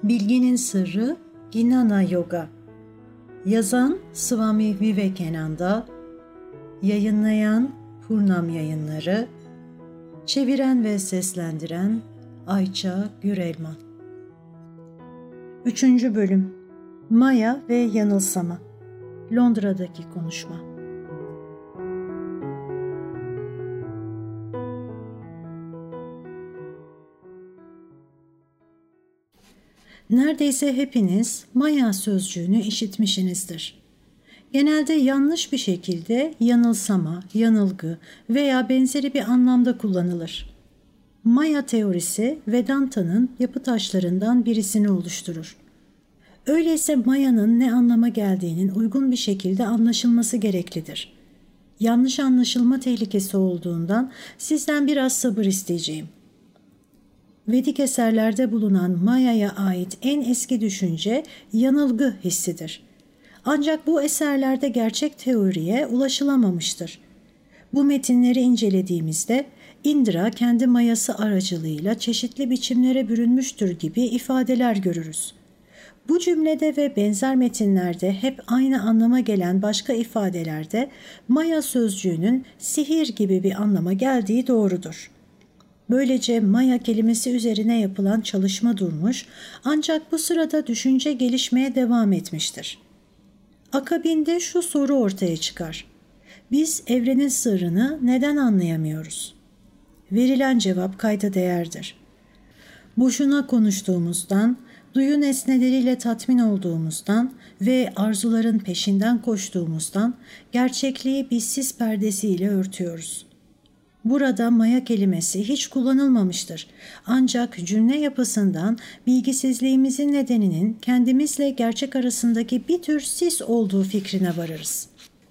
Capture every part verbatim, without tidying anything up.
Bilginin Sırrı Jnana Yoga. Yazan Swami Vivekananda, yayınlayan Purnam Yayınları, çeviren ve seslendiren Ayça Gürelman. Üçüncü Bölüm Maya ve Yanılsama. Londra'daki Konuşma. Neredeyse hepiniz Maya sözcüğünü işitmişsinizdir. Genelde yanlış bir şekilde yanılsama, yanılgı veya benzeri bir anlamda kullanılır. Maya teorisi Vedanta'nın yapı taşlarından birisini oluşturur. Öyleyse Maya'nın ne anlama geldiğinin uygun bir şekilde anlaşılması gereklidir. Yanlış anlaşılma tehlikesi olduğundan sizden biraz sabır isteyeceğim. Vedik eserlerde bulunan Maya'ya ait en eski düşünce yanılgı hissidir. Ancak bu eserlerde gerçek teoriye ulaşılamamıştır. Bu metinleri incelediğimizde Indra kendi mayası aracılığıyla çeşitli biçimlere bürünmüştür gibi ifadeler görürüz. Bu cümlede ve benzer metinlerde hep aynı anlama gelen başka ifadelerde Maya sözcüğünün sihir gibi bir anlama geldiği doğrudur. Böylece Maya kelimesi üzerine yapılan çalışma durmuş, ancak bu sırada düşünce gelişmeye devam etmiştir. Akabinde şu soru ortaya çıkar: biz evrenin sırrını neden anlayamıyoruz? Verilen cevap kayda değerdir. Boşuna konuştuğumuzdan, duyu nesneleriyle tatmin olduğumuzdan ve arzuların peşinden koştuğumuzdan gerçekliği bir sis perdesiyle örtüyoruz. Burada Maya kelimesi hiç kullanılmamıştır. Ancak cümle yapısından bilgisizliğimizin nedeninin kendimizle gerçek arasındaki bir tür sis olduğu fikrine varırız.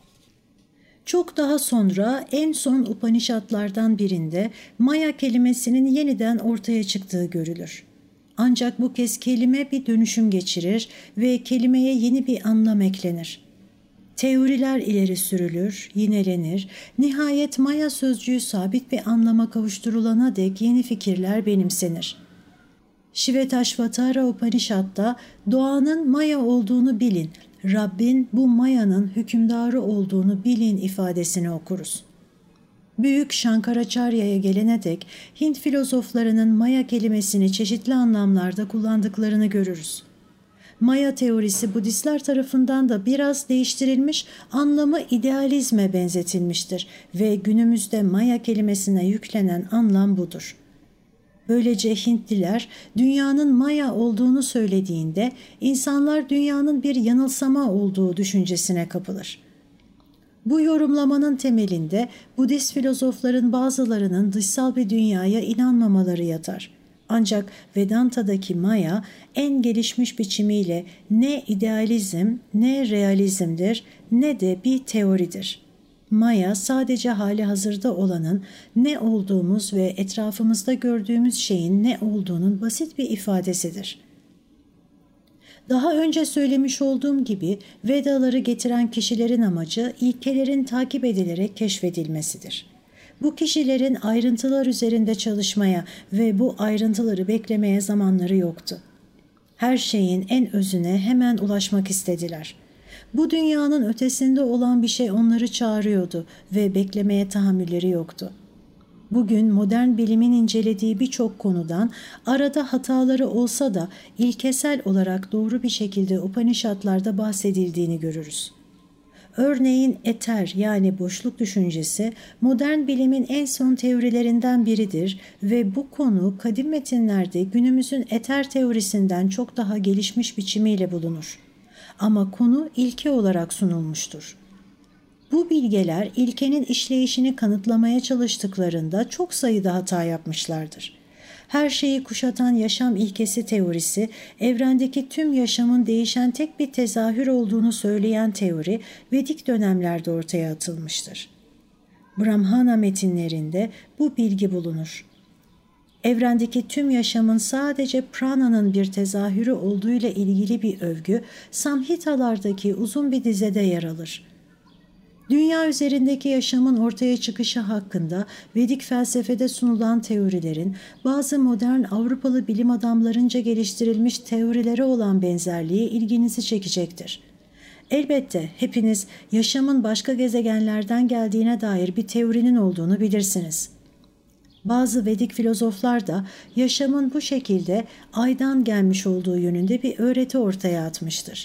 Çok daha sonra en son Upanishadlardan birinde Maya kelimesinin yeniden ortaya çıktığı görülür. Ancak bu kez kelime bir dönüşüm geçirir ve kelimeye yeni bir anlam eklenir. Teoriler ileri sürülür, yinelenir, nihayet Maya sözcüğü sabit bir anlama kavuşturulana dek yeni fikirler benimsenir. Şivetashvatara Upanishad'da doğanın Maya olduğunu bilin, Rabbin bu Maya'nın hükümdarı olduğunu bilin ifadesini okuruz. Büyük Şankaraçarya'ya gelene dek Hint filozoflarının Maya kelimesini çeşitli anlamlarda kullandıklarını görürüz. Maya teorisi Budistler tarafından da biraz değiştirilmiş, anlamı idealizme benzetilmiştir ve günümüzde Maya kelimesine yüklenen anlam budur. Böylece Hintliler dünyanın Maya olduğunu söylediğinde insanlar dünyanın bir yanılsama olduğu düşüncesine kapılır. Bu yorumlamanın temelinde Budist filozofların bazılarının dışsal bir dünyaya inanmamaları yatar. Ancak Vedanta'daki Maya en gelişmiş biçimiyle ne idealizm ne realizmdir ne de bir teoridir. Maya sadece hali hazırda olanın ne olduğumuz ve etrafımızda gördüğümüz şeyin ne olduğunun basit bir ifadesidir. Daha önce söylemiş olduğum gibi Vedaları getiren kişilerin amacı ilkelerin takip edilerek keşfedilmesidir. Bu kişilerin ayrıntılar üzerinde çalışmaya ve bu ayrıntıları beklemeye zamanları yoktu. Her şeyin en özüne hemen ulaşmak istediler. Bu dünyanın ötesinde olan bir şey onları çağırıyordu ve beklemeye tahammülleri yoktu. Bugün modern bilimin incelediği birçok konudan arada hataları olsa da ilkesel olarak doğru bir şekilde Upanishadlarda bahsedildiğini görürüz. Örneğin eter yani boşluk düşüncesi modern bilimin en son teorilerinden biridir ve bu konu kadim metinlerde günümüzün eter teorisinden çok daha gelişmiş biçimiyle bulunur. Ama konu ilke olarak sunulmuştur. Bu bilgeler ilkenin işleyişini kanıtlamaya çalıştıklarında çok sayıda hata yapmışlardır. Her şeyi kuşatan yaşam ilkesi teorisi, evrendeki tüm yaşamın değişen tek bir tezahür olduğunu söyleyen teori, Vedik dönemlerde ortaya atılmıştır. Brahmana metinlerinde bu bilgi bulunur. Evrendeki tüm yaşamın sadece prana'nın bir tezahürü olduğuyla ilgili bir övgü, Samhitalardaki uzun bir dizede yer alır. Dünya üzerindeki yaşamın ortaya çıkışı hakkında Vedik felsefede sunulan teorilerin bazı modern Avrupalı bilim adamlarınca geliştirilmiş teorilere olan benzerliği ilginizi çekecektir. Elbette hepiniz yaşamın başka gezegenlerden geldiğine dair bir teorinin olduğunu bilirsiniz. Bazı Vedik filozoflar da yaşamın bu şekilde aydan gelmiş olduğu yönünde bir öğreti ortaya atmıştır.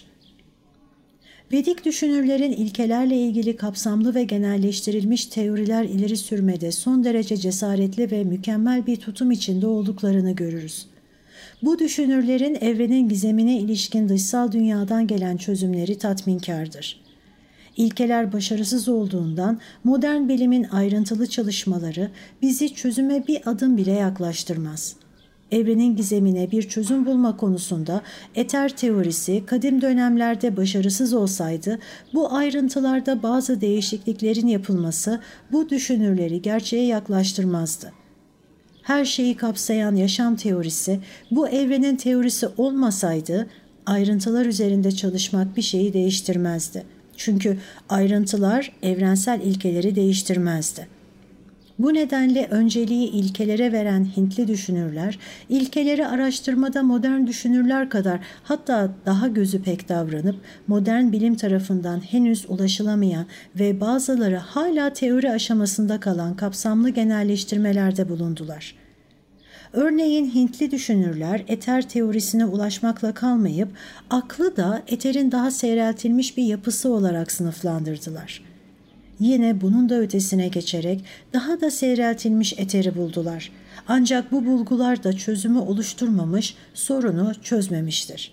Vedik düşünürlerin ilkelerle ilgili kapsamlı ve genelleştirilmiş teoriler ileri sürmede son derece cesaretli ve mükemmel bir tutum içinde olduklarını görürüz. Bu düşünürlerin evrenin gizemine ilişkin dışsal dünyadan gelen çözümleri tatminkardır. İlkeler başarısız olduğundan modern bilimin ayrıntılı çalışmaları bizi çözüme bir adım bile yaklaştırmaz. Evrenin gizemine bir çözüm bulma konusunda eter teorisi kadim dönemlerde başarısız olsaydı, bu ayrıntılarda bazı değişikliklerin yapılması bu düşünürleri gerçeğe yaklaştırmazdı. Her şeyi kapsayan yaşam teorisi, bu evrenin teorisi olmasaydı, ayrıntılar üzerinde çalışmak bir şeyi değiştirmezdi. Çünkü ayrıntılar evrensel ilkeleri değiştirmezdi. Bu nedenle önceliği ilkelere veren Hintli düşünürler, ilkeleri araştırmada modern düşünürler kadar, hatta daha gözü pek davranıp modern bilim tarafından henüz ulaşılamayan ve bazıları hala teori aşamasında kalan kapsamlı genelleştirmelerde bulundular. Örneğin Hintli düşünürler eter teorisine ulaşmakla kalmayıp aklı da eterin daha seyreltilmiş bir yapısı olarak sınıflandırdılar. Yine bunun da ötesine geçerek daha da seyreltilmiş eteri buldular. Ancak bu bulgular da çözümü oluşturmamış, sorunu çözmemiştir.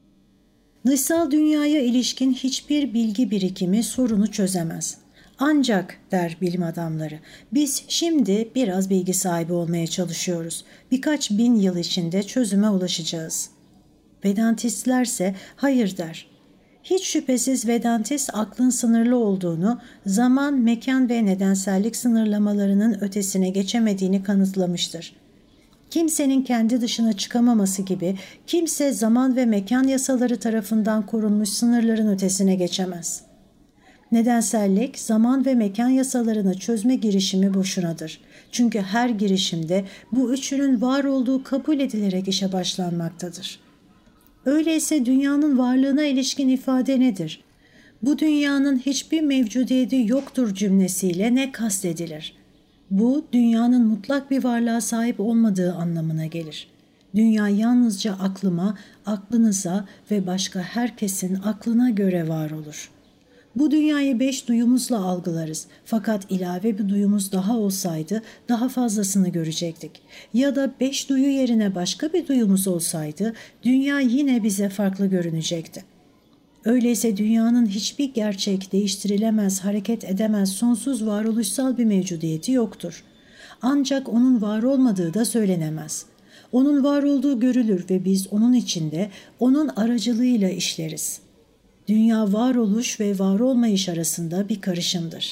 Dışsal dünyaya ilişkin hiçbir bilgi birikimi sorunu çözemez. Ancak, der bilim adamları, biz şimdi biraz bilgi sahibi olmaya çalışıyoruz. Birkaç bin yıl içinde çözüme ulaşacağız. Vedantistlerse hayır der. Hiç şüphesiz Vedantist aklın sınırlı olduğunu, zaman, mekan ve nedensellik sınırlamalarının ötesine geçemediğini kanıtlamıştır. Kimsenin kendi dışına çıkamaması gibi kimse zaman ve mekan yasaları tarafından korunmuş sınırların ötesine geçemez. Nedensellik, zaman ve mekan yasalarını çözme girişimi boşunadır. Çünkü her girişimde bu üçünün var olduğu kabul edilerek işe başlanmaktadır. Öyleyse dünyanın varlığına ilişkin ifade nedir? Bu dünyanın hiçbir mevcudiyeti yoktur cümlesiyle ne kastedilir? Bu, dünyanın mutlak bir varlığa sahip olmadığı anlamına gelir. Dünya yalnızca aklıma, aklınıza ve başka herkesin aklına göre var olur. Bu dünyayı beş duyumuzla algılarız. Fakat ilave bir duyumuz daha olsaydı daha fazlasını görecektik. Ya da beş duyu yerine başka bir duyumuz olsaydı dünya yine bize farklı görünecekti. Öyleyse dünyanın hiçbir gerçek, değiştirilemez, hareket edemez, sonsuz varoluşsal bir mevcudiyeti yoktur. Ancak onun var olmadığı da söylenemez. Onun var olduğu görülür ve biz onun içinde, onun aracılığıyla işleriz. Dünya varoluş ve var olmayış arasında bir karışımdır.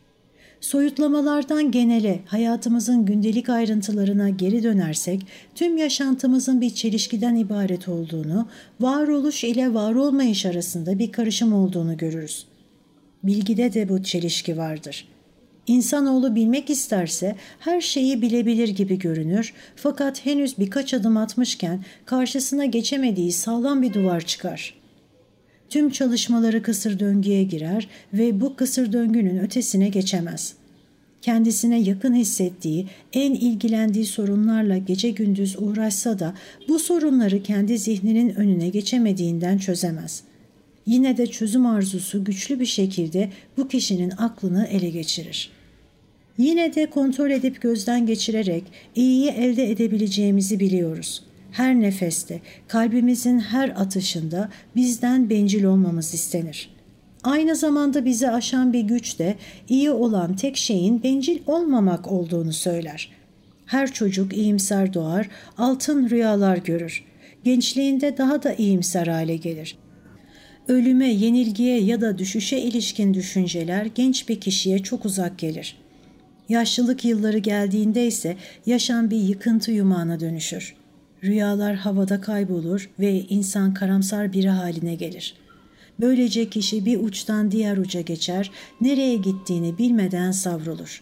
Soyutlamalardan genele, hayatımızın gündelik ayrıntılarına geri dönersek, tüm yaşantımızın bir çelişkiden ibaret olduğunu, varoluş ile var olmayış arasında bir karışım olduğunu görürüz. Bilgide de bu çelişki vardır. İnsanoğlu bilmek isterse her şeyi bilebilir gibi görünür, fakat henüz birkaç adım atmışken karşısına geçemediği sağlam bir duvar çıkar. Tüm çalışmaları kısır döngüye girer ve bu kısır döngünün ötesine geçemez. Kendisine yakın hissettiği, en ilgilendiği sorunlarla gece gündüz uğraşsa da bu sorunları kendi zihninin önüne geçemediğinden çözemez. Yine de çözüm arzusu güçlü bir şekilde bu kişinin aklını ele geçirir. Yine de kontrol edip gözden geçirerek iyiyi elde edebileceğimizi biliyoruz. Her nefeste, kalbimizin her atışında bizden bencil olmamız istenir. Aynı zamanda bizi aşan bir güç de iyi olan tek şeyin bencil olmamak olduğunu söyler. Her çocuk iyimser doğar, altın rüyalar görür. Gençliğinde daha da iyimser hale gelir. Ölüme, yenilgiye ya da düşüşe ilişkin düşünceler genç bir kişiye çok uzak gelir. Yaşlılık yılları geldiğinde ise yaşam bir yıkıntı yumağına dönüşür. Rüyalar havada kaybolur ve insan karamsar biri haline gelir. Böylece kişi bir uçtan diğer uca geçer, nereye gittiğini bilmeden savrulur.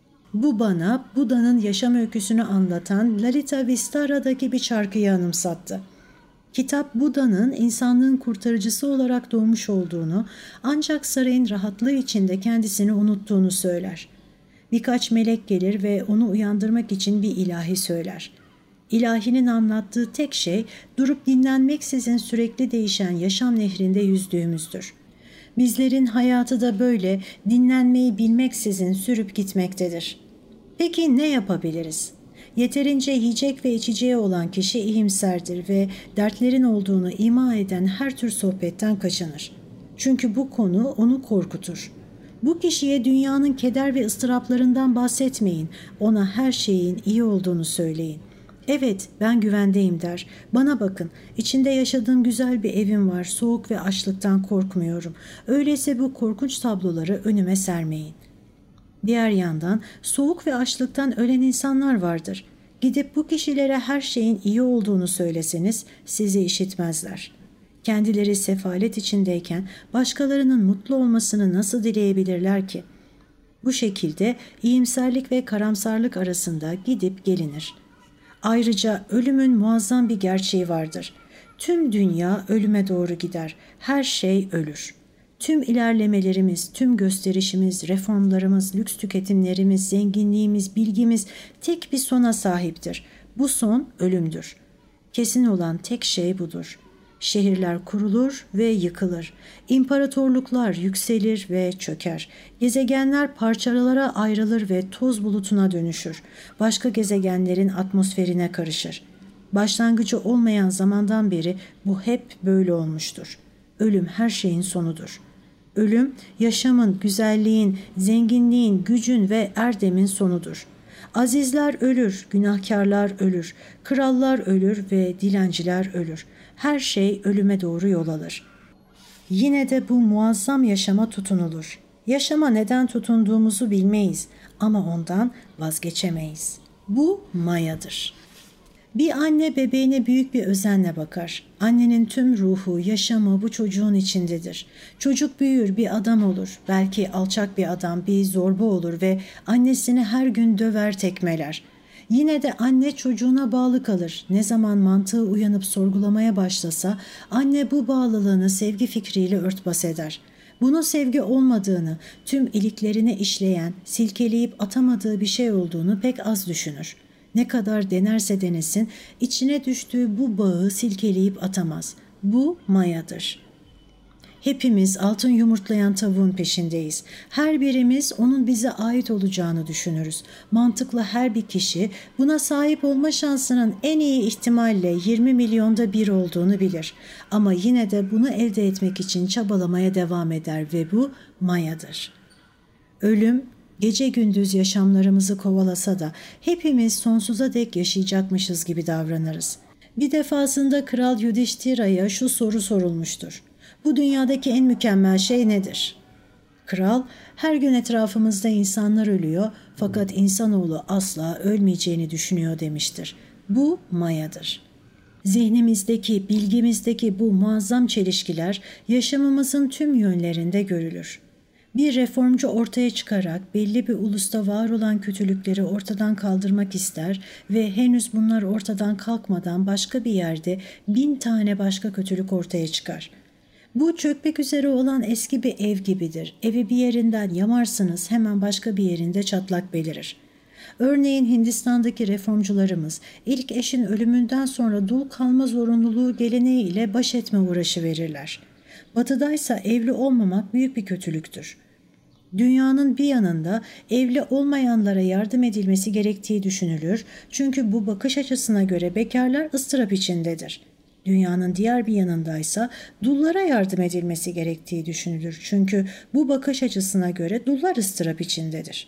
Bu bana Buda'nın yaşam öyküsünü anlatan Lalita Vistara'daki bir şarkıyı anımsattı. Kitap Buda'nın insanlığın kurtarıcısı olarak doğmuş olduğunu, ancak sarayın rahatlığı içinde kendisini unuttuğunu söyler. Birkaç melek gelir ve onu uyandırmak için bir ilahi söyler. İlahinin anlattığı tek şey durup dinlenmeksizin sürekli değişen yaşam nehrinde yüzdüğümüzdür. Bizlerin hayatı da böyle dinlenmeyi bilmeksizin sürüp gitmektedir. Peki ne yapabiliriz? Yeterince yiyecek ve içeceği olan kişi iyimserdir ve dertlerin olduğunu ima eden her tür sohbetten kaçınır. Çünkü bu konu onu korkutur. Bu kişiye dünyanın keder ve ıstıraplarından bahsetmeyin, ona her şeyin iyi olduğunu söyleyin. Evet, ben güvendeyim der. Bana bakın, içinde yaşadığım güzel bir evim var, soğuk ve açlıktan korkmuyorum. Öyleyse bu korkunç tabloları önüme sermeyin. Diğer yandan soğuk ve açlıktan ölen insanlar vardır. Gidip bu kişilere her şeyin iyi olduğunu söyleseniz sizi işitmezler. Kendileri sefalet içindeyken başkalarının mutlu olmasını nasıl dileyebilirler ki? Bu şekilde iyimserlik ve karamsarlık arasında gidip gelinir. Ayrıca ölümün muazzam bir gerçeği vardır. Tüm dünya ölüme doğru gider. Her şey ölür. Tüm ilerlemelerimiz, tüm gösterişimiz, reformlarımız, lüks tüketimlerimiz, zenginliğimiz, bilgimiz tek bir sona sahiptir. Bu son ölümdür. Kesin olan tek şey budur. Şehirler kurulur ve yıkılır. İmparatorluklar yükselir ve çöker. Gezegenler parçalara ayrılır ve toz bulutuna dönüşür. Başka gezegenlerin atmosferine karışır. Başlangıcı olmayan zamandan beri bu hep böyle olmuştur. Ölüm her şeyin sonudur. Ölüm, yaşamın, güzelliğin, zenginliğin, gücün ve erdemin sonudur. Azizler ölür, günahkarlar ölür, krallar ölür ve dilenciler ölür. Her şey ölüme doğru yol alır. Yine de bu muazzam yaşama tutunulur. Yaşama neden tutunduğumuzu bilmeyiz ama ondan vazgeçemeyiz. Bu mayadır. Bir anne bebeğine büyük bir özenle bakar. Annenin tüm ruhu, yaşamı bu çocuğun içindedir. Çocuk büyür, bir adam olur. Belki alçak bir adam, bir zorba olur ve annesini her gün döver, tekmeler. Yine de anne çocuğuna bağlı kalır. Ne zaman mantığı uyanıp sorgulamaya başlasa, anne bu bağlılığını sevgi fikriyle örtbas eder. Bunun sevgi olmadığını, tüm iliklerine işleyen, silkeleyip atamadığı bir şey olduğunu pek az düşünür. Ne kadar denerse denesin, içine düştüğü bu bağı silkeleyip atamaz. Bu mayadır. Hepimiz altın yumurtlayan tavuğun peşindeyiz. Her birimiz onun bize ait olacağını düşünürüz. Mantıklı her bir kişi buna sahip olma şansının en iyi ihtimalle yirmi milyonda bir olduğunu bilir. Ama yine de bunu elde etmek için çabalamaya devam eder ve bu mayadır. Ölüm, gece gündüz yaşamlarımızı kovalasa da hepimiz sonsuza dek yaşayacakmışız gibi davranırız. Bir defasında Kral Yudhishthira'ya şu soru sorulmuştur. Bu dünyadaki en mükemmel şey nedir? Kral, her gün etrafımızda insanlar ölüyor fakat insanoğlu asla ölmeyeceğini düşünüyor demiştir. Bu mayadır. Zihnimizdeki, bilgimizdeki bu muazzam çelişkiler yaşamımızın tüm yönlerinde görülür. Bir reformcu ortaya çıkarak belli bir ulusta var olan kötülükleri ortadan kaldırmak ister ve henüz bunlar ortadan kalkmadan başka bir yerde bin tane başka kötülük ortaya çıkar. Bu çökmek üzere olan eski bir ev gibidir. Evi bir yerinden yamarsınız, hemen başka bir yerinde çatlak belirir. Örneğin Hindistan'daki reformcularımız ilk eşin ölümünden sonra dul kalma zorunluluğu geleneği ile baş etme uğraşı verirler. Batıdaysa evli olmamak büyük bir kötülüktür. Dünyanın bir yanında evli olmayanlara yardım edilmesi gerektiği düşünülür çünkü bu bakış açısına göre bekarlar ıstırap içindedir. Dünyanın diğer bir yanındaysa dullara yardım edilmesi gerektiği düşünülür çünkü bu bakış açısına göre dullar ıstırap içindedir.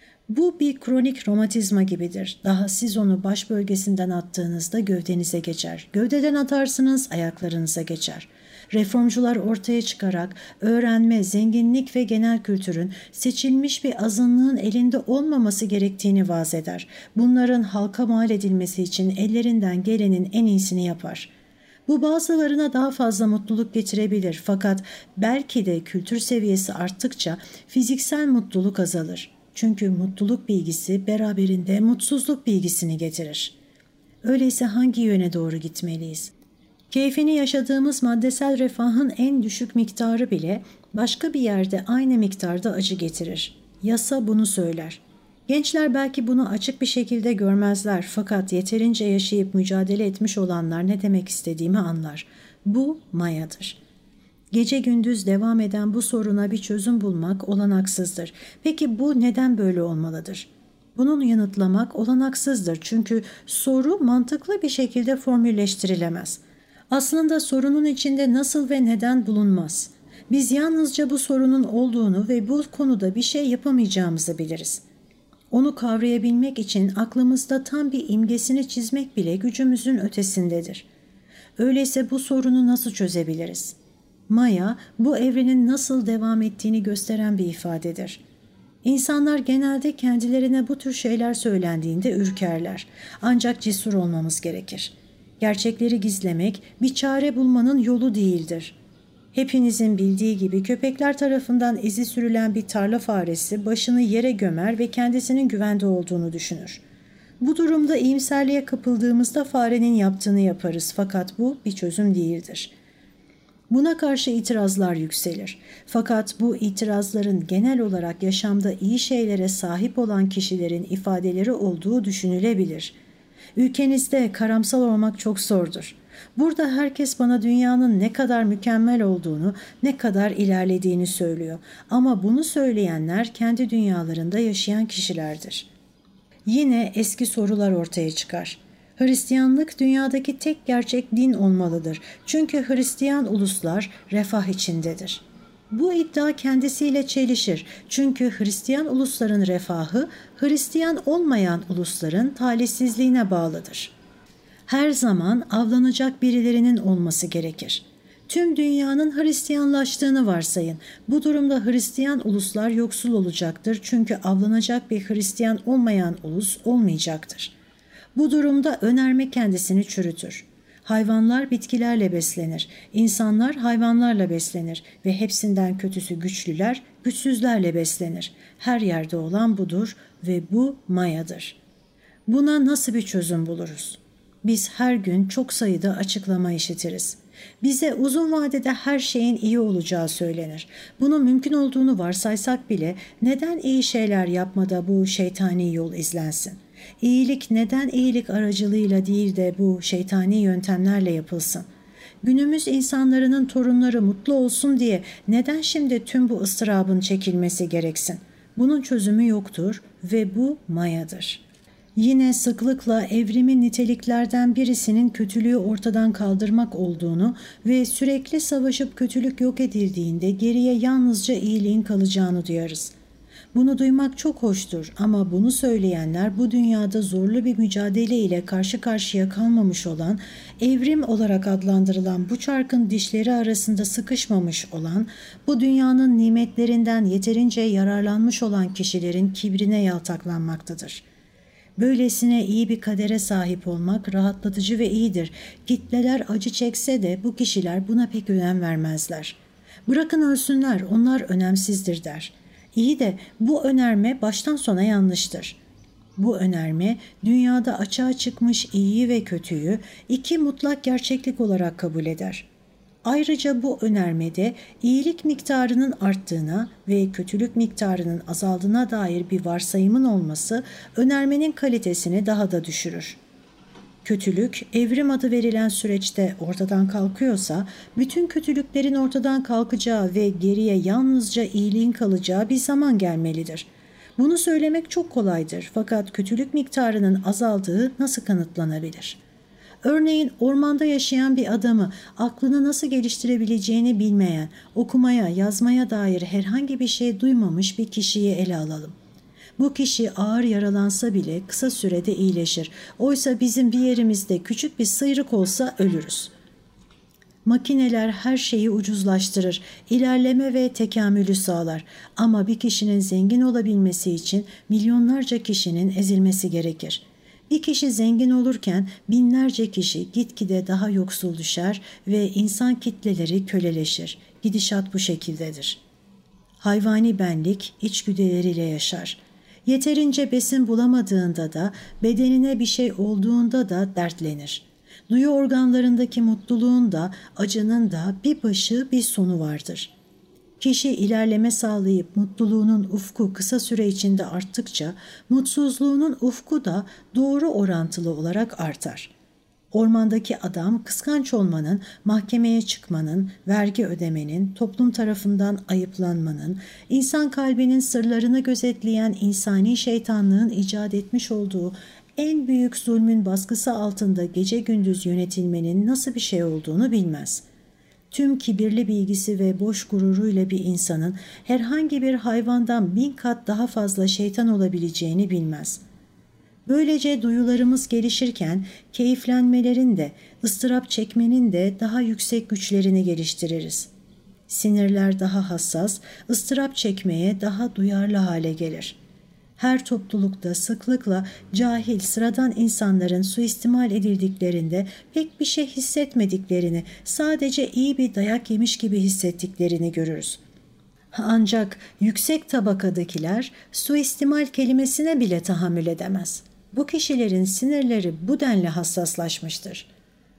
Bu bir kronik romatizma gibidir. Daha siz onu baş bölgesinden attığınızda gövdenize geçer. Gövdeden atarsınız, ayaklarınıza geçer. Reformcular ortaya çıkarak öğrenme, zenginlik ve genel kültürün seçilmiş bir azınlığın elinde olmaması gerektiğini vaaz eder. Bunların halka mal edilmesi için ellerinden gelenin en iyisini yapar. Bu bazılarına daha fazla mutluluk getirebilir fakat belki de kültür seviyesi arttıkça fiziksel mutluluk azalır. Çünkü mutluluk bilgisi beraberinde mutsuzluk bilgisini getirir. Öyleyse hangi yöne doğru gitmeliyiz? Keyfini yaşadığımız maddesel refahın en düşük miktarı bile başka bir yerde aynı miktarda acı getirir. Yasa bunu söyler. Gençler belki bunu açık bir şekilde görmezler fakat yeterince yaşayıp mücadele etmiş olanlar ne demek istediğimi anlar. Bu mayadır. Gece gündüz devam eden bu soruna bir çözüm bulmak olanaksızdır. Peki bu neden böyle olmalıdır? Bunun yanıtlamak olanaksızdır çünkü soru mantıklı bir şekilde formülleştirilemez. Aslında sorunun içinde nasıl ve neden bulunmaz. Biz yalnızca bu sorunun olduğunu ve bu konuda bir şey yapamayacağımızı biliriz. Onu kavrayabilmek için aklımızda tam bir imgesini çizmek bile gücümüzün ötesindedir. Öyleyse bu sorunu nasıl çözebiliriz? Maya, bu evrenin nasıl devam ettiğini gösteren bir ifadedir. İnsanlar genelde kendilerine bu tür şeyler söylendiğinde ürkerler. Ancak cesur olmamız gerekir. Gerçekleri gizlemek bir çare bulmanın yolu değildir. Hepinizin bildiği gibi köpekler tarafından izi sürülen bir tarla faresi başını yere gömer ve kendisinin güvende olduğunu düşünür. Bu durumda iyimserliğe kapıldığımızda farenin yaptığını yaparız fakat bu bir çözüm değildir. Buna karşı itirazlar yükselir. Fakat bu itirazların genel olarak yaşamda iyi şeylere sahip olan kişilerin ifadeleri olduğu düşünülebilir. Ülkenizde karamsar olmak çok zordur. Burada herkes bana dünyanın ne kadar mükemmel olduğunu, ne kadar ilerlediğini söylüyor. Ama bunu söyleyenler kendi dünyalarında yaşayan kişilerdir. Yine eski sorular ortaya çıkar. Hristiyanlık dünyadaki tek gerçek din olmalıdır. Çünkü Hristiyan uluslar refah içindedir. Bu iddia kendisiyle çelişir. Çünkü Hristiyan ulusların refahı, Hristiyan olmayan ulusların talihsizliğine bağlıdır. Her zaman avlanacak birilerinin olması gerekir. Tüm dünyanın Hristiyanlaştığını varsayın. Bu durumda Hristiyan uluslar yoksul olacaktır çünkü avlanacak bir Hristiyan olmayan ulus olmayacaktır. Bu durumda önerme kendisini çürütür. Hayvanlar bitkilerle beslenir, insanlar hayvanlarla beslenir ve hepsinden kötüsü güçlüler, güçsüzlerle beslenir. Her yerde olan budur ve bu mayadır. Buna nasıl bir çözüm buluruz? Biz her gün çok sayıda açıklama işitiriz. Bize uzun vadede her şeyin iyi olacağı söylenir. Bunun mümkün olduğunu varsaysak bile neden iyi şeyler yapmada bu şeytani yol izlensin? İyilik neden iyilik aracılığıyla değil de bu şeytani yöntemlerle yapılsın? Günümüz insanların torunları mutlu olsun diye neden şimdi tüm bu ıstırabın çekilmesi gereksin? Bunun çözümü yoktur ve bu mayadır. Yine sıklıkla evrimin niteliklerden birisinin kötülüğü ortadan kaldırmak olduğunu ve sürekli savaşıp kötülük yok edildiğinde geriye yalnızca iyiliğin kalacağını duyarız. Bunu duymak çok hoştur ama bunu söyleyenler bu dünyada zorlu bir mücadele ile karşı karşıya kalmamış olan, evrim olarak adlandırılan bu çarkın dişleri arasında sıkışmamış olan, bu dünyanın nimetlerinden yeterince yararlanmış olan kişilerin kibrine yaltaklanmaktadır. Böylesine iyi bir kadere sahip olmak rahatlatıcı ve iyidir. Kitleler acı çekse de bu kişiler buna pek önem vermezler. Bırakın ölsünler, onlar önemsizdir der. İyi de bu önerme baştan sona yanlıştır. Bu önerme dünyada açığa çıkmış iyiyi ve kötüyü iki mutlak gerçeklik olarak kabul eder. Ayrıca bu önermede iyilik miktarının arttığına ve kötülük miktarının azaldığına dair bir varsayımın olması önermenin kalitesini daha da düşürür. Kötülük, evrim adı verilen süreçte ortadan kalkıyorsa, bütün kötülüklerin ortadan kalkacağı ve geriye yalnızca iyiliğin kalacağı bir zaman gelmelidir. Bunu söylemek çok kolaydır fakat kötülük miktarının azaldığı nasıl kanıtlanabilir? Örneğin ormanda yaşayan bir adamı aklını nasıl geliştirebileceğini bilmeyen, okumaya, yazmaya dair herhangi bir şey duymamış bir kişiyi ele alalım. Bu kişi ağır yaralansa bile kısa sürede iyileşir. Oysa bizim bir yerimizde küçük bir sıyrık olsa ölürüz. Makineler her şeyi ucuzlaştırır, ilerleme ve tekamülü sağlar. Ama bir kişinin zengin olabilmesi için milyonlarca kişinin ezilmesi gerekir. Bir kişi zengin olurken binlerce kişi gitgide daha yoksul düşer ve insan kitleleri köleleşir. Gidişat bu şekildedir. Hayvani benlik içgüdüleriyle yaşar. Yeterince besin bulamadığında da, bedenine bir şey olduğunda da dertlenir. Duyu organlarındaki mutluluğun da, acının da bir başı bir sonu vardır. Kişi ilerleme sağlayıp mutluluğunun ufku kısa süre içinde arttıkça, mutsuzluğunun ufku da doğru orantılı olarak artar. Ormandaki adam kıskanç olmanın, mahkemeye çıkmanın, vergi ödemenin, toplum tarafından ayıplanmanın, insan kalbinin sırlarını gözetleyen insani şeytanlığın icat etmiş olduğu en büyük zulmün baskısı altında gece gündüz yönetilmenin nasıl bir şey olduğunu bilmez. Tüm kibirli bilgisi ve boş gururuyla bir insanın herhangi bir hayvandan bin kat daha fazla şeytan olabileceğini bilmez. Böylece duyularımız gelişirken keyiflenmelerin de, ıstırap çekmenin de daha yüksek güçlerini geliştiririz. Sinirler daha hassas, ıstırap çekmeye daha duyarlı hale gelir. Her toplulukta sıklıkla cahil, sıradan insanların suistimal edildiklerinde pek bir şey hissetmediklerini, sadece iyi bir dayak yemiş gibi hissettiklerini görürüz. Ancak yüksek tabakadakiler suistimal kelimesine bile tahammül edemez. Bu kişilerin sinirleri bu denli hassaslaşmıştır.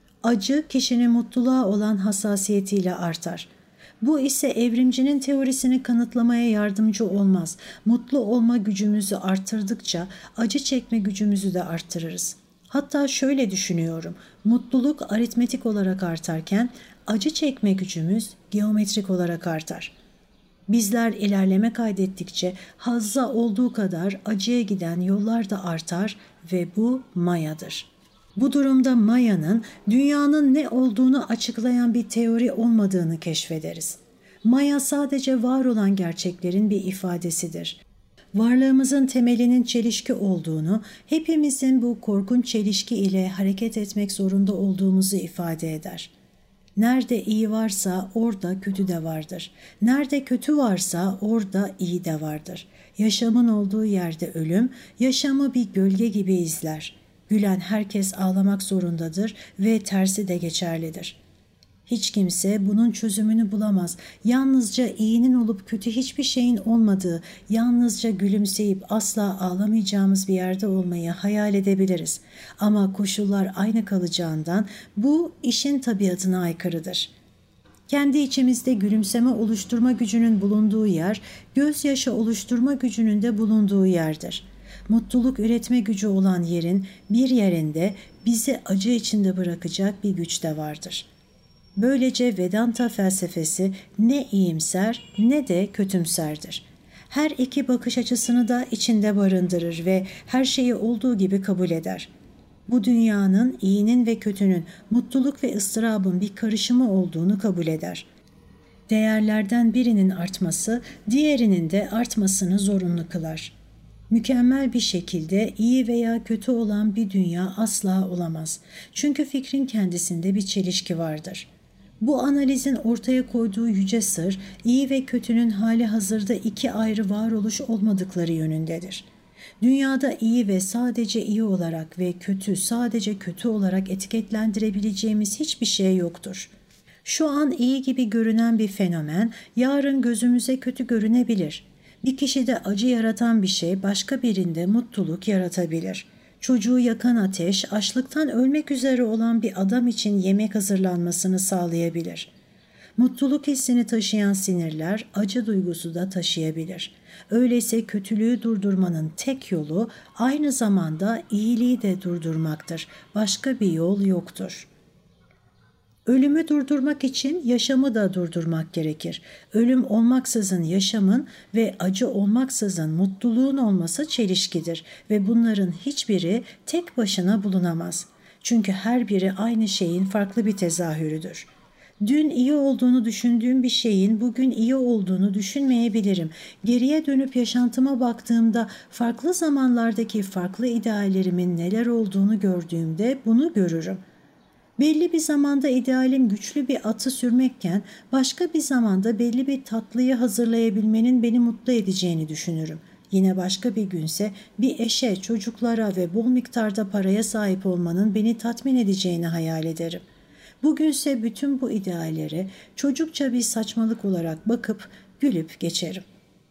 Acı kişinin mutluluğa olan hassasiyetiyle artar. Bu ise evrimcinin teorisini kanıtlamaya yardımcı olmaz. Mutlu olma gücümüzü arttırdıkça acı çekme gücümüzü de arttırırız. Hatta şöyle düşünüyorum, mutluluk aritmetik olarak artarken acı çekme gücümüz geometrik olarak artar. Bizler ilerleme kaydettikçe hazza olduğu kadar acıya giden yollar da artar ve bu mayadır. Bu durumda mayanın dünyanın ne olduğunu açıklayan bir teori olmadığını keşfederiz. Maya sadece var olan gerçeklerin bir ifadesidir. Varlığımızın temelinin çelişki olduğunu, hepimizin bu korkunç çelişki ile hareket etmek zorunda olduğumuzu ifade eder. Nerede iyi varsa orada kötü de vardır. Nerede kötü varsa orada iyi de vardır. Yaşamın olduğu yerde ölüm, yaşamı bir gölge gibi izler. Gülen herkes ağlamak zorundadır ve tersi de geçerlidir. Hiç kimse bunun çözümünü bulamaz. Yalnızca iyinin olup kötü hiçbir şeyin olmadığı, yalnızca gülümseyip asla ağlamayacağımız bir yerde olmayı hayal edebiliriz. Ama koşullar aynı kalacağından bu işin tabiatına aykırıdır. Kendi içimizde gülümseme oluşturma gücünün bulunduğu yer, gözyaşı oluşturma gücünün de bulunduğu yerdir. Mutluluk üretme gücü olan yerin bir yerinde bizi acı içinde bırakacak bir güç de vardır. Böylece Vedanta felsefesi ne iyimser ne de kötümserdir. Her iki bakış açısını da içinde barındırır ve her şeyi olduğu gibi kabul eder. Bu dünyanın iyinin ve kötünün, mutluluk ve ıstırabın bir karışımı olduğunu kabul eder. Değerlerden birinin artması, diğerinin de artmasını zorunlu kılar. Mükemmel bir şekilde iyi veya kötü olan bir dünya asla olamaz. Çünkü fikrin kendisinde bir çelişki vardır. Bu analizin ortaya koyduğu yüce sır, iyi ve kötünün hali hazırda iki ayrı varoluş olmadıkları yönündedir. Dünyada iyi ve sadece iyi olarak ve kötü sadece kötü olarak etiketlendirebileceğimiz hiçbir şey yoktur. Şu an iyi gibi görünen bir fenomen, yarın gözümüze kötü görünebilir. Bir kişide acı yaratan bir şey başka birinde mutluluk yaratabilir. Çocuğu yakan ateş, açlıktan ölmek üzere olan bir adam için yemek hazırlanmasını sağlayabilir. Mutluluk hissini taşıyan sinirler acı duygusu da taşıyabilir. Öyleyse kötülüğü durdurmanın tek yolu aynı zamanda iyiliği de durdurmaktır. Başka bir yol yoktur. Ölümü durdurmak için yaşamı da durdurmak gerekir. Ölüm olmaksızın yaşamın ve acı olmaksızın mutluluğun olması çelişkidir ve bunların hiçbiri tek başına bulunamaz. Çünkü her biri aynı şeyin farklı bir tezahürüdür. Dün iyi olduğunu düşündüğüm bir şeyin bugün iyi olduğunu düşünmeyebilirim. Geriye dönüp yaşantıma baktığımda farklı zamanlardaki farklı ideallerimin neler olduğunu gördüğümde bunu görürüm. Belli bir zamanda idealim güçlü bir atı sürmekken başka bir zamanda belli bir tatlıyı hazırlayabilmenin beni mutlu edeceğini düşünürüm. Yine başka bir günse bir eşe, çocuklara ve bol miktarda paraya sahip olmanın beni tatmin edeceğini hayal ederim. Bugünse bütün bu ideallere çocukça bir saçmalık olarak bakıp gülüp geçerim.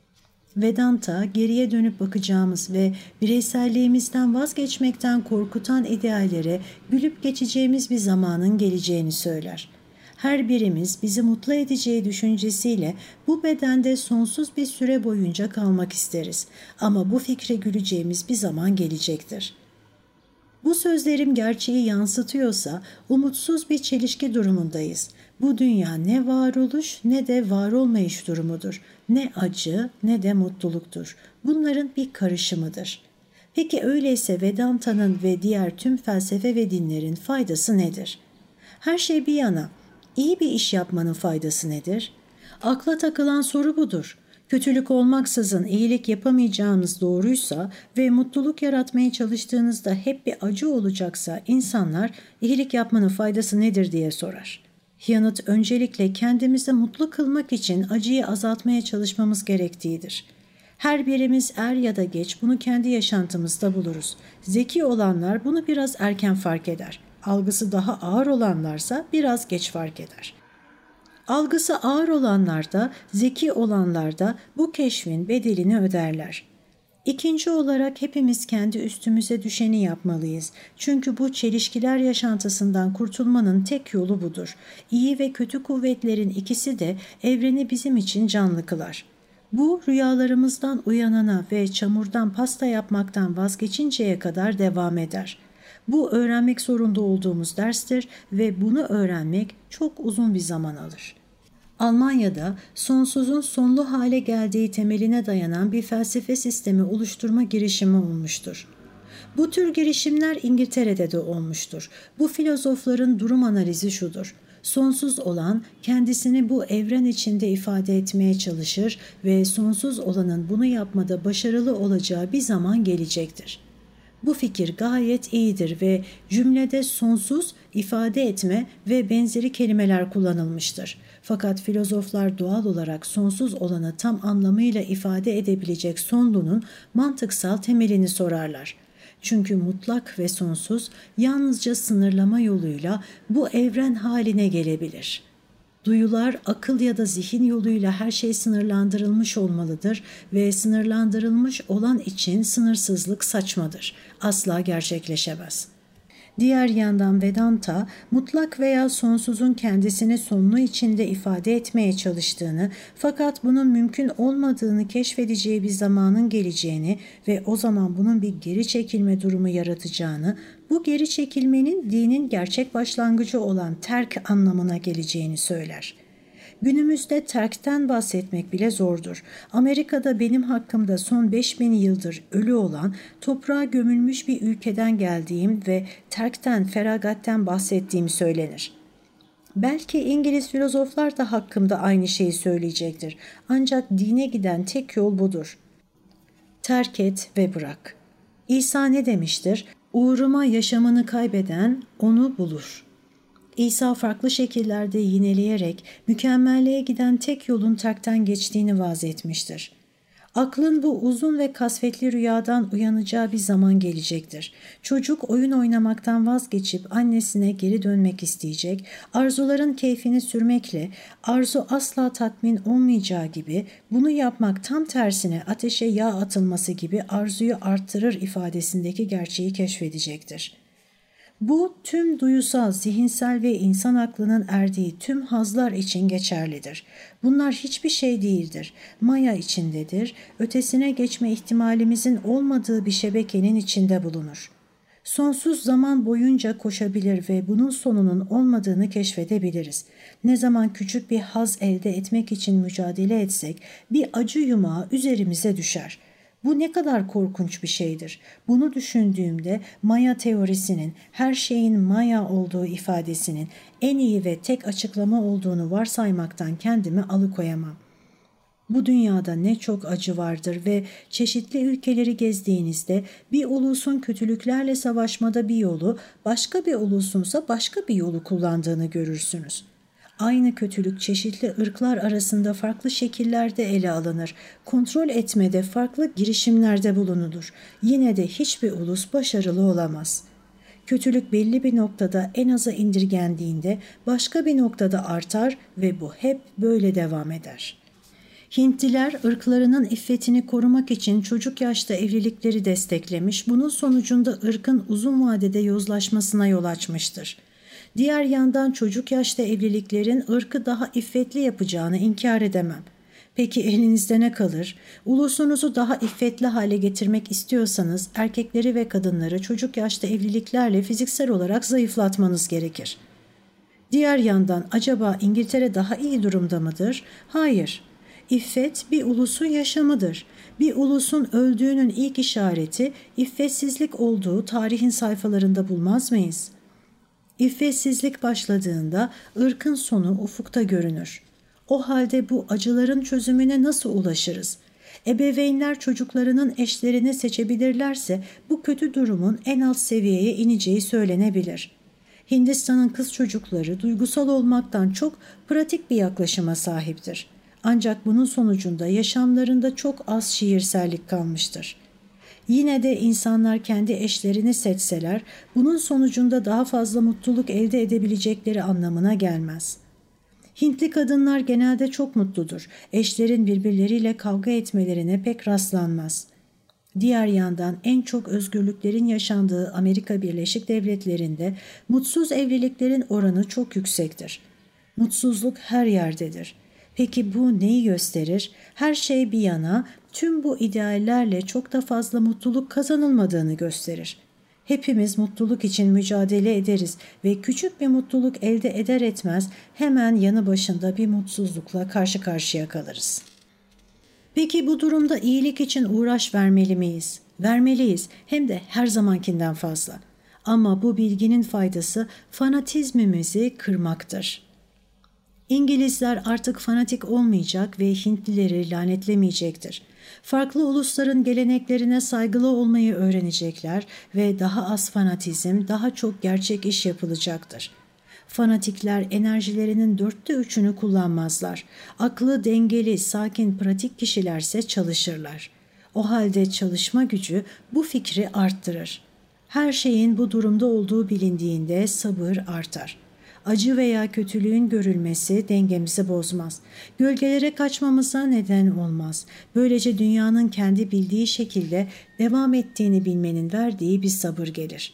Vedanta, geriye dönüp bakacağımız ve bireyselliğimizden vazgeçmekten korkutan ideallere gülüp geçeceğimiz bir zamanın geleceğini söyler. Her birimiz bizi mutlu edeceği düşüncesiyle bu bedende sonsuz bir süre boyunca kalmak isteriz. Ama bu fikre güleceğimiz bir zaman gelecektir. Bu sözlerim gerçeği yansıtıyorsa umutsuz bir çelişki durumundayız. Bu dünya ne varoluş ne de var olmayış durumudur. Ne acı ne de mutluluktur. Bunların bir karışımıdır. Peki öyleyse Vedanta'nın ve diğer tüm felsefe ve dinlerin faydası nedir? Her şey bir yana, iyi bir iş yapmanın faydası nedir? Akla takılan soru budur. Kötülük olmaksızın iyilik yapamayacağınız doğruysa ve mutluluk yaratmaya çalıştığınızda hep bir acı olacaksa insanlar iyilik yapmanın faydası nedir diye sorar. Yanıt öncelikle kendimizi mutlu kılmak için acıyı azaltmaya çalışmamız gerektiğidir. Her birimiz er ya da geç bunu kendi yaşantımızda buluruz. Zeki olanlar bunu biraz erken fark eder. Algısı daha ağır olanlarsa biraz geç fark eder. Algısı ağır olanlar da, zeki olanlar da bu keşfin bedelini öderler. İkinci olarak hepimiz kendi üstümüze düşeni yapmalıyız. Çünkü bu çelişkiler yaşantısından kurtulmanın tek yolu budur. İyi ve kötü kuvvetlerin ikisi de evreni bizim için canlı kılar. Bu rüyalarımızdan uyanana ve çamurdan pasta yapmaktan vazgeçinceye kadar devam eder. Bu öğrenmek zorunda olduğumuz derstir ve bunu öğrenmek çok uzun bir zaman alır. Almanya'da sonsuzun sonlu hale geldiği temeline dayanan bir felsefe sistemi oluşturma girişimi olmuştur. Bu tür girişimler İngiltere'de de olmuştur. Bu filozofların durum analizi şudur. Sonsuz olan kendisini bu evren içinde ifade etmeye çalışır ve sonsuz olanın bunu yapmada başarılı olacağı bir zaman gelecektir. Bu fikir gayet iyidir ve cümlede sonsuz, ifade etme ve benzeri kelimeler kullanılmıştır. Fakat filozoflar doğal olarak sonsuz olanı tam anlamıyla ifade edebilecek sonlunun mantıksal temelini sorarlar. Çünkü mutlak ve sonsuz yalnızca sınırlama yoluyla bu evren haline gelebilir. Duyular, akıl ya da zihin yoluyla her şey sınırlandırılmış olmalıdır ve sınırlandırılmış olan için sınırsızlık saçmadır. Asla gerçekleşemez. Diğer yandan Vedanta, mutlak veya sonsuzun kendisini sonlu içinde ifade etmeye çalıştığını fakat bunun mümkün olmadığını keşfedeceği bir zamanın geleceğini ve o zaman bunun bir geri çekilme durumu yaratacağını, bu geri çekilmenin dinin gerçek başlangıcı olan terk anlamına geleceğini söyler. Günümüzde terkten bahsetmek bile zordur. Amerika'da benim hakkımda son beş bin yıldır ölü olan, toprağa gömülmüş bir ülkeden geldiğim ve terkten, feragatten bahsettiğim söylenir. Belki İngiliz filozoflar da hakkımda aynı şeyi söyleyecektir. Ancak dine giden tek yol budur. Terk et ve bırak. İsa ne demiştir? Uğruma yaşamını kaybeden onu bulur. İsa farklı şekillerde yineleyerek mükemmelliğe giden tek yolun terkten geçtiğini vaz etmiştir. Aklın bu uzun ve kasvetli rüyadan uyanacağı bir zaman gelecektir. Çocuk oyun oynamaktan vazgeçip annesine geri dönmek isteyecek, arzuların keyfini sürmekle arzu asla tatmin olmayacağı gibi bunu yapmak tam tersine ateşe yağ atılması gibi arzuyu arttırır ifadesindeki gerçeği keşfedecektir. Bu tüm duyusal, zihinsel ve insan aklının erdiği tüm hazlar için geçerlidir. Bunlar hiçbir şey değildir. Maya içindedir, ötesine geçme ihtimalimizin olmadığı bir şebekenin içinde bulunur. Sonsuz zaman boyunca koşabilir ve bunun sonunun olmadığını keşfedebiliriz. Ne zaman küçük bir haz elde etmek için mücadele etsek bir acı yumağı üzerimize düşer. Bu ne kadar korkunç bir şeydir. Bunu düşündüğümde Maya teorisinin, her şeyin Maya olduğu ifadesinin en iyi ve tek açıklama olduğunu varsaymaktan kendimi alıkoyamam. Bu dünyada ne çok acı vardır ve çeşitli ülkeleri gezdiğinizde bir ulusun kötülüklerle savaşmada bir yolu, başka bir ulusunsa başka bir yolu kullandığını görürsünüz. Aynı kötülük çeşitli ırklar arasında farklı şekillerde ele alınır. Kontrol etmede farklı girişimlerde bulunulur. Yine de hiçbir ulus başarılı olamaz. Kötülük belli bir noktada en aza indirgendiğinde başka bir noktada artar ve bu hep böyle devam eder. Hintliler ırklarının iffetini korumak için çocuk yaşta evlilikleri desteklemiş, bunun sonucunda ırkın uzun vadede yozlaşmasına yol açmıştır. Diğer yandan çocuk yaşta evliliklerin ırkı daha iffetli yapacağını inkar edemem. Peki elinizde ne kalır? Ulusunuzu daha iffetli hale getirmek istiyorsanız erkekleri ve kadınları çocuk yaşta evliliklerle fiziksel olarak zayıflatmanız gerekir. Diğer yandan acaba İngiltere daha iyi durumda mıdır? Hayır. İffet bir ulusun yaşamıdır. Bir ulusun öldüğünün ilk işareti iffetsizlik olduğu tarihin sayfalarında bulmaz mıyız? İffetsizlik başladığında ırkın sonu ufukta görünür. O halde bu acıların çözümüne nasıl ulaşırız? Ebeveynler çocuklarının eşlerini seçebilirlerse bu kötü durumun en alt seviyeye ineceği söylenebilir. Hindistan'ın kız çocukları duygusal olmaktan çok pratik bir yaklaşıma sahiptir. Ancak bunun sonucunda yaşamlarında çok az şiirsellik kalmıştır. Yine de insanlar kendi eşlerini seçseler, bunun sonucunda daha fazla mutluluk elde edebilecekleri anlamına gelmez. Hintli kadınlar genelde çok mutludur. Eşlerin birbirleriyle kavga etmelerine pek rastlanmaz. Diğer yandan en çok özgürlüklerin yaşandığı Amerika Birleşik Devletleri'nde mutsuz evliliklerin oranı çok yüksektir. Mutsuzluk her yerdedir. Peki bu neyi gösterir? Her şey bir yana, tüm bu ideallerle çok da fazla mutluluk kazanılmadığını gösterir. Hepimiz mutluluk için mücadele ederiz ve küçük bir mutluluk elde eder etmez hemen yanı başında bir mutsuzlukla karşı karşıya kalırız. Peki bu durumda iyilik için uğraş vermeli miyiz? Vermeliyiz, hem de her zamankinden fazla. Ama bu bilginin faydası fanatizmimizi kırmaktır. İngilizler artık fanatik olmayacak ve Hintlileri lanetlemeyecektir. Farklı ulusların geleneklerine saygılı olmayı öğrenecekler ve daha az fanatizm, daha çok gerçek iş yapılacaktır. Fanatikler enerjilerinin dörtte üçünü kullanmazlar. Aklı dengeli, sakin, pratik kişilerse çalışırlar. O halde çalışma gücü bu fikri arttırır. Her şeyin bu durumda olduğu bilindiğinde sabır artar. Acı veya kötülüğün görülmesi dengemizi bozmaz. Gölgelere kaçmamıza neden olmaz. Böylece dünyanın kendi bildiği şekilde devam ettiğini bilmenin verdiği bir sabır gelir.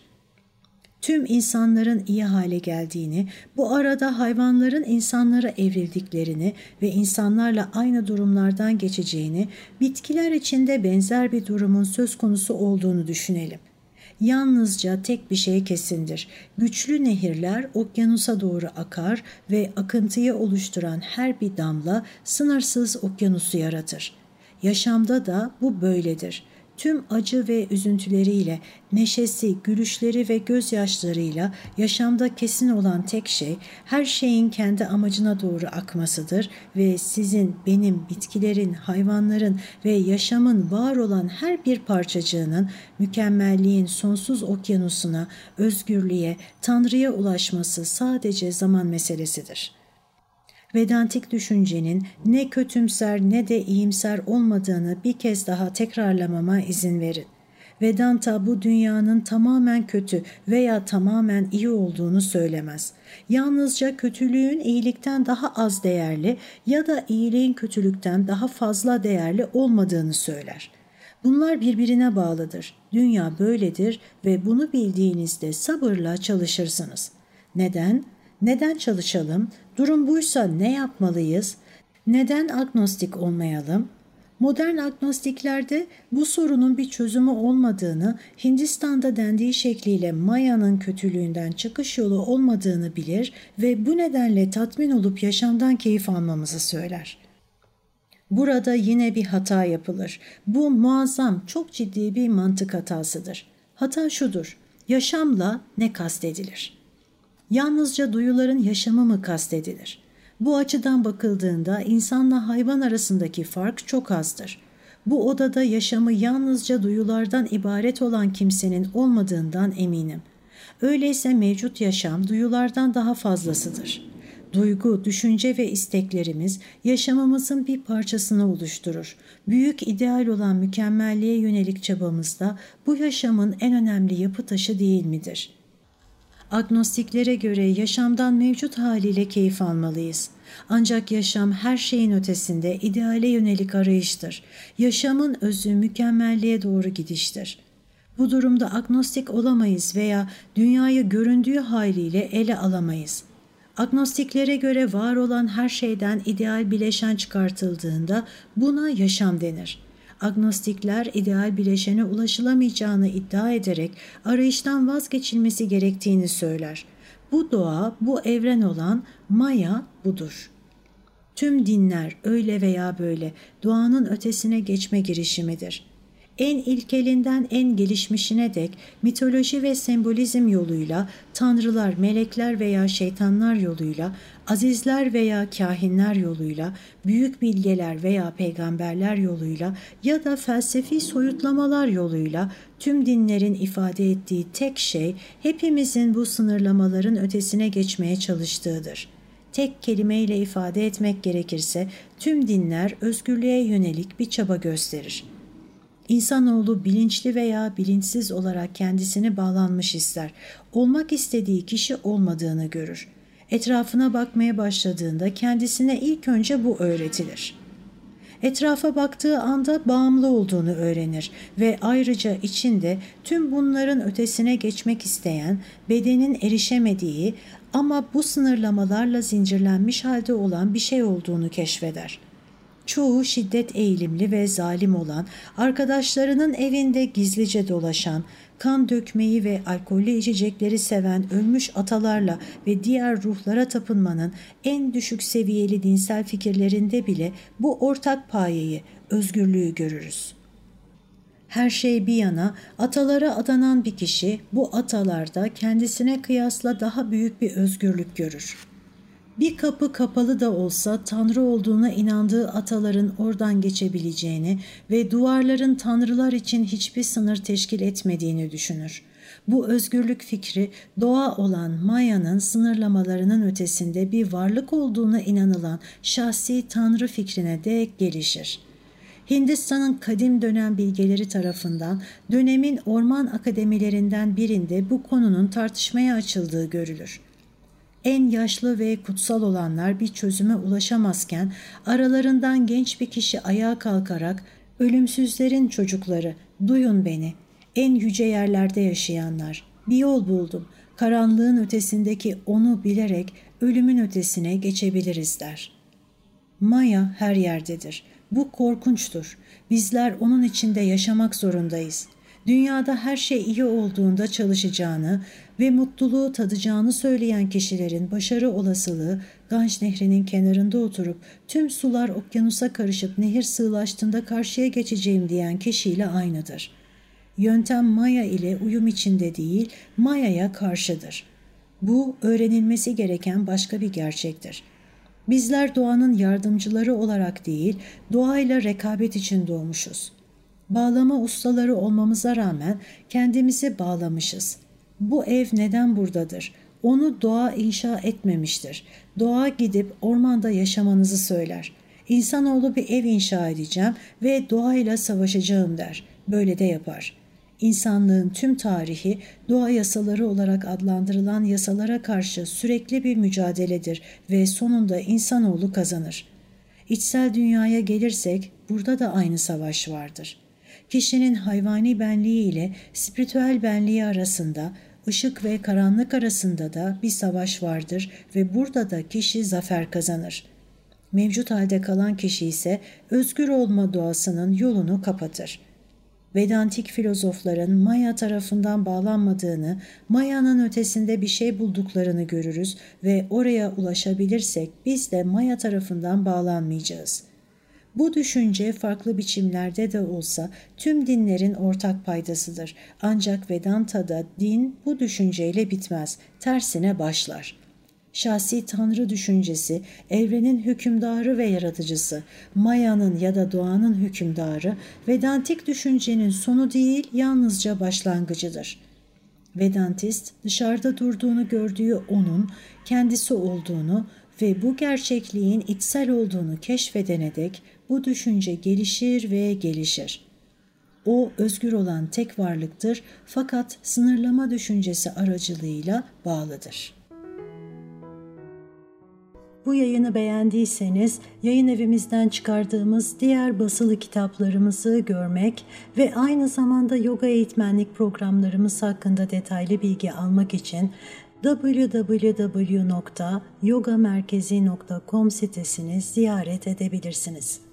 Tüm insanların iyi hale geldiğini, bu arada hayvanların insanlara evrildiklerini ve insanlarla aynı durumlardan geçeceğini, bitkiler içinde benzer bir durumun söz konusu olduğunu düşünelim. Yalnızca tek bir şey kesindir. Güçlü nehirler okyanusa doğru akar ve akıntıyı oluşturan her bir damla sınırsız okyanusu yaratır. Yaşamda da bu böyledir. Tüm acı ve üzüntüleriyle, neşesi, gülüşleri ve gözyaşlarıyla yaşamda kesin olan tek şey her şeyin kendi amacına doğru akmasıdır ve sizin, benim, bitkilerin, hayvanların ve yaşamın var olan her bir parçacığının mükemmelliğin sonsuz okyanusuna, özgürlüğe, Tanrı'ya ulaşması sadece zaman meselesidir. Vedantik düşüncenin ne kötümser ne de iyimser olmadığını bir kez daha tekrarlamama izin verin. Vedanta bu dünyanın tamamen kötü veya tamamen iyi olduğunu söylemez. Yalnızca kötülüğün iyilikten daha az değerli ya da iyiliğin kötülükten daha fazla değerli olmadığını söyler. Bunlar birbirine bağlıdır. Dünya böyledir ve bunu bildiğinizde sabırla çalışırsınız. Neden? Neden çalışalım? Durum buysa ne yapmalıyız? Neden agnostik olmayalım? Modern agnostiklerde bu sorunun bir çözümü olmadığını, Hindistan'da dendiği şekliyle Maya'nın kötülüğünden çıkış yolu olmadığını bilir ve bu nedenle tatmin olup yaşamdan keyif almamızı söyler. Burada yine bir hata yapılır. Bu muazzam, çok ciddi bir mantık hatasıdır. Hata şudur: yaşamla ne kastedilir? Yalnızca duyuların yaşamı mı kastedilir? Bu açıdan bakıldığında insanla hayvan arasındaki fark çok azdır. Bu odada yaşamı yalnızca duyulardan ibaret olan kimsenin olmadığından eminim. Öyleyse mevcut yaşam duyulardan daha fazlasıdır. Duygu, düşünce ve isteklerimiz yaşamımızın bir parçasını oluşturur. Büyük ideal olan mükemmelliğe yönelik çabamızda bu yaşamın en önemli yapı taşı değil midir? Agnostiklere göre yaşamdan mevcut haliyle keyif almalıyız. Ancak yaşam her şeyin ötesinde ideale yönelik arayıştır. Yaşamın özü mükemmelliğe doğru gidiştir. Bu durumda agnostik olamayız veya dünyayı göründüğü haliyle ele alamayız. Agnostiklere göre var olan her şeyden ideal bileşen çıkartıldığında buna yaşam denir. Agnostikler ideal bileşene ulaşılamayacağını iddia ederek arayıştan vazgeçilmesi gerektiğini söyler. Bu doğa, bu evren olan Maya budur. Tüm dinler öyle veya böyle doğanın ötesine geçme girişimidir. En ilkelinden en gelişmişine dek mitoloji ve sembolizm yoluyla, tanrılar, melekler veya şeytanlar yoluyla, azizler veya kahinler yoluyla, büyük bilgeler veya peygamberler yoluyla ya da felsefi soyutlamalar yoluyla tüm dinlerin ifade ettiği tek şey hepimizin bu sınırlamaların ötesine geçmeye çalıştığıdır. Tek kelimeyle ifade etmek gerekirse tüm dinler özgürlüğe yönelik bir çaba gösterir. İnsanoğlu bilinçli veya bilinçsiz olarak kendisini bağlanmış ister. Olmak istediği kişi olmadığını görür. Etrafına bakmaya başladığında kendisine ilk önce bu öğretilir. Etrafa baktığı anda bağımlı olduğunu öğrenir ve ayrıca içinde tüm bunların ötesine geçmek isteyen, bedenin erişemediği ama bu sınırlamalarla zincirlenmiş halde olan bir şey olduğunu keşfeder. Çoğu şiddet eğilimli ve zalim olan, arkadaşlarının evinde gizlice dolaşan, kan dökmeyi ve alkollü içecekleri seven ölmüş atalarla ve diğer ruhlara tapınmanın en düşük seviyeli dinsel fikirlerinde bile bu ortak payeyi, özgürlüğü görürüz. Her şey bir yana, atalara adanan bir kişi bu atalarda kendisine kıyasla daha büyük bir özgürlük görür. Bir kapı kapalı da olsa Tanrı olduğuna inandığı ataların oradan geçebileceğini ve duvarların tanrılar için hiçbir sınır teşkil etmediğini düşünür. Bu özgürlük fikri doğa olan Maya'nın sınırlamalarının ötesinde bir varlık olduğuna inanılan şahsi Tanrı fikrine dek gelişir. Hindistan'ın kadim dönem bilgeleri tarafından dönemin orman akademilerinden birinde bu konunun tartışmaya açıldığı görülür. En yaşlı ve kutsal olanlar bir çözüme ulaşamazken aralarından genç bir kişi ayağa kalkarak "Ölümsüzlerin çocukları, duyun beni. En yüce yerlerde yaşayanlar. Bir yol buldum. Karanlığın ötesindeki onu bilerek ölümün ötesine geçebiliriz" der. Maya her yerdedir. Bu korkunçtur. Bizler onun içinde yaşamak zorundayız. Dünyada her şey iyi olduğunda çalışacağını ve mutluluğu tadacağını söyleyen kişilerin başarı olasılığı Ganj Nehri'nin kenarında oturup tüm sular okyanusa karışıp nehir sığlaştığında karşıya geçeceğim diyen kişiyle aynıdır. Yöntem Maya ile uyum içinde değil, Maya'ya karşıdır. Bu öğrenilmesi gereken başka bir gerçektir. Bizler doğanın yardımcıları olarak değil, doğayla rekabet için doğmuşuz. Bağlama ustaları olmamıza rağmen kendimizi bağlamışız. Bu ev neden buradadır? Onu doğa inşa etmemiştir. Doğa gidip ormanda yaşamanızı söyler. İnsanoğlu bir ev inşa edeceğim ve doğayla savaşacağım der. Böyle de yapar. İnsanlığın tüm tarihi doğa yasaları olarak adlandırılan yasalara karşı sürekli bir mücadeledir ve sonunda insanoğlu kazanır. İçsel dünyaya gelirsek burada da aynı savaş vardır. Kişinin hayvani benliği ile spiritüel benliği arasında, ışık ve karanlık arasında da bir savaş vardır ve burada da kişi zafer kazanır. Mevcut halde kalan kişi ise özgür olma doğasının yolunu kapatır. Vedantik filozofların Maya tarafından bağlanmadığını, Maya'nın ötesinde bir şey bulduklarını görürüz ve oraya ulaşabilirsek biz de Maya tarafından bağlanmayacağız. Bu düşünce farklı biçimlerde de olsa tüm dinlerin ortak paydasıdır. Ancak Vedanta'da din bu düşünceyle bitmez, tersine başlar. Şahsi tanrı düşüncesi, evrenin hükümdarı ve yaratıcısı, Maya'nın ya da doğanın hükümdarı, Vedantik düşüncenin sonu değil, yalnızca başlangıcıdır. Vedantist, dışarıda durduğunu gördüğü onun kendisi olduğunu ve bu gerçekliğin içsel olduğunu keşfedene dek bu düşünce gelişir ve gelişir. O özgür olan tek varlıktır fakat sınırlama düşüncesi aracılığıyla bağlıdır. Bu yayını beğendiyseniz yayın evimizden çıkardığımız diğer basılı kitaplarımızı görmek ve aynı zamanda yoga eğitmenlik programlarımız hakkında detaylı bilgi almak için double-u double-u double-u nokta yoga merkezi nokta com sitesini ziyaret edebilirsiniz.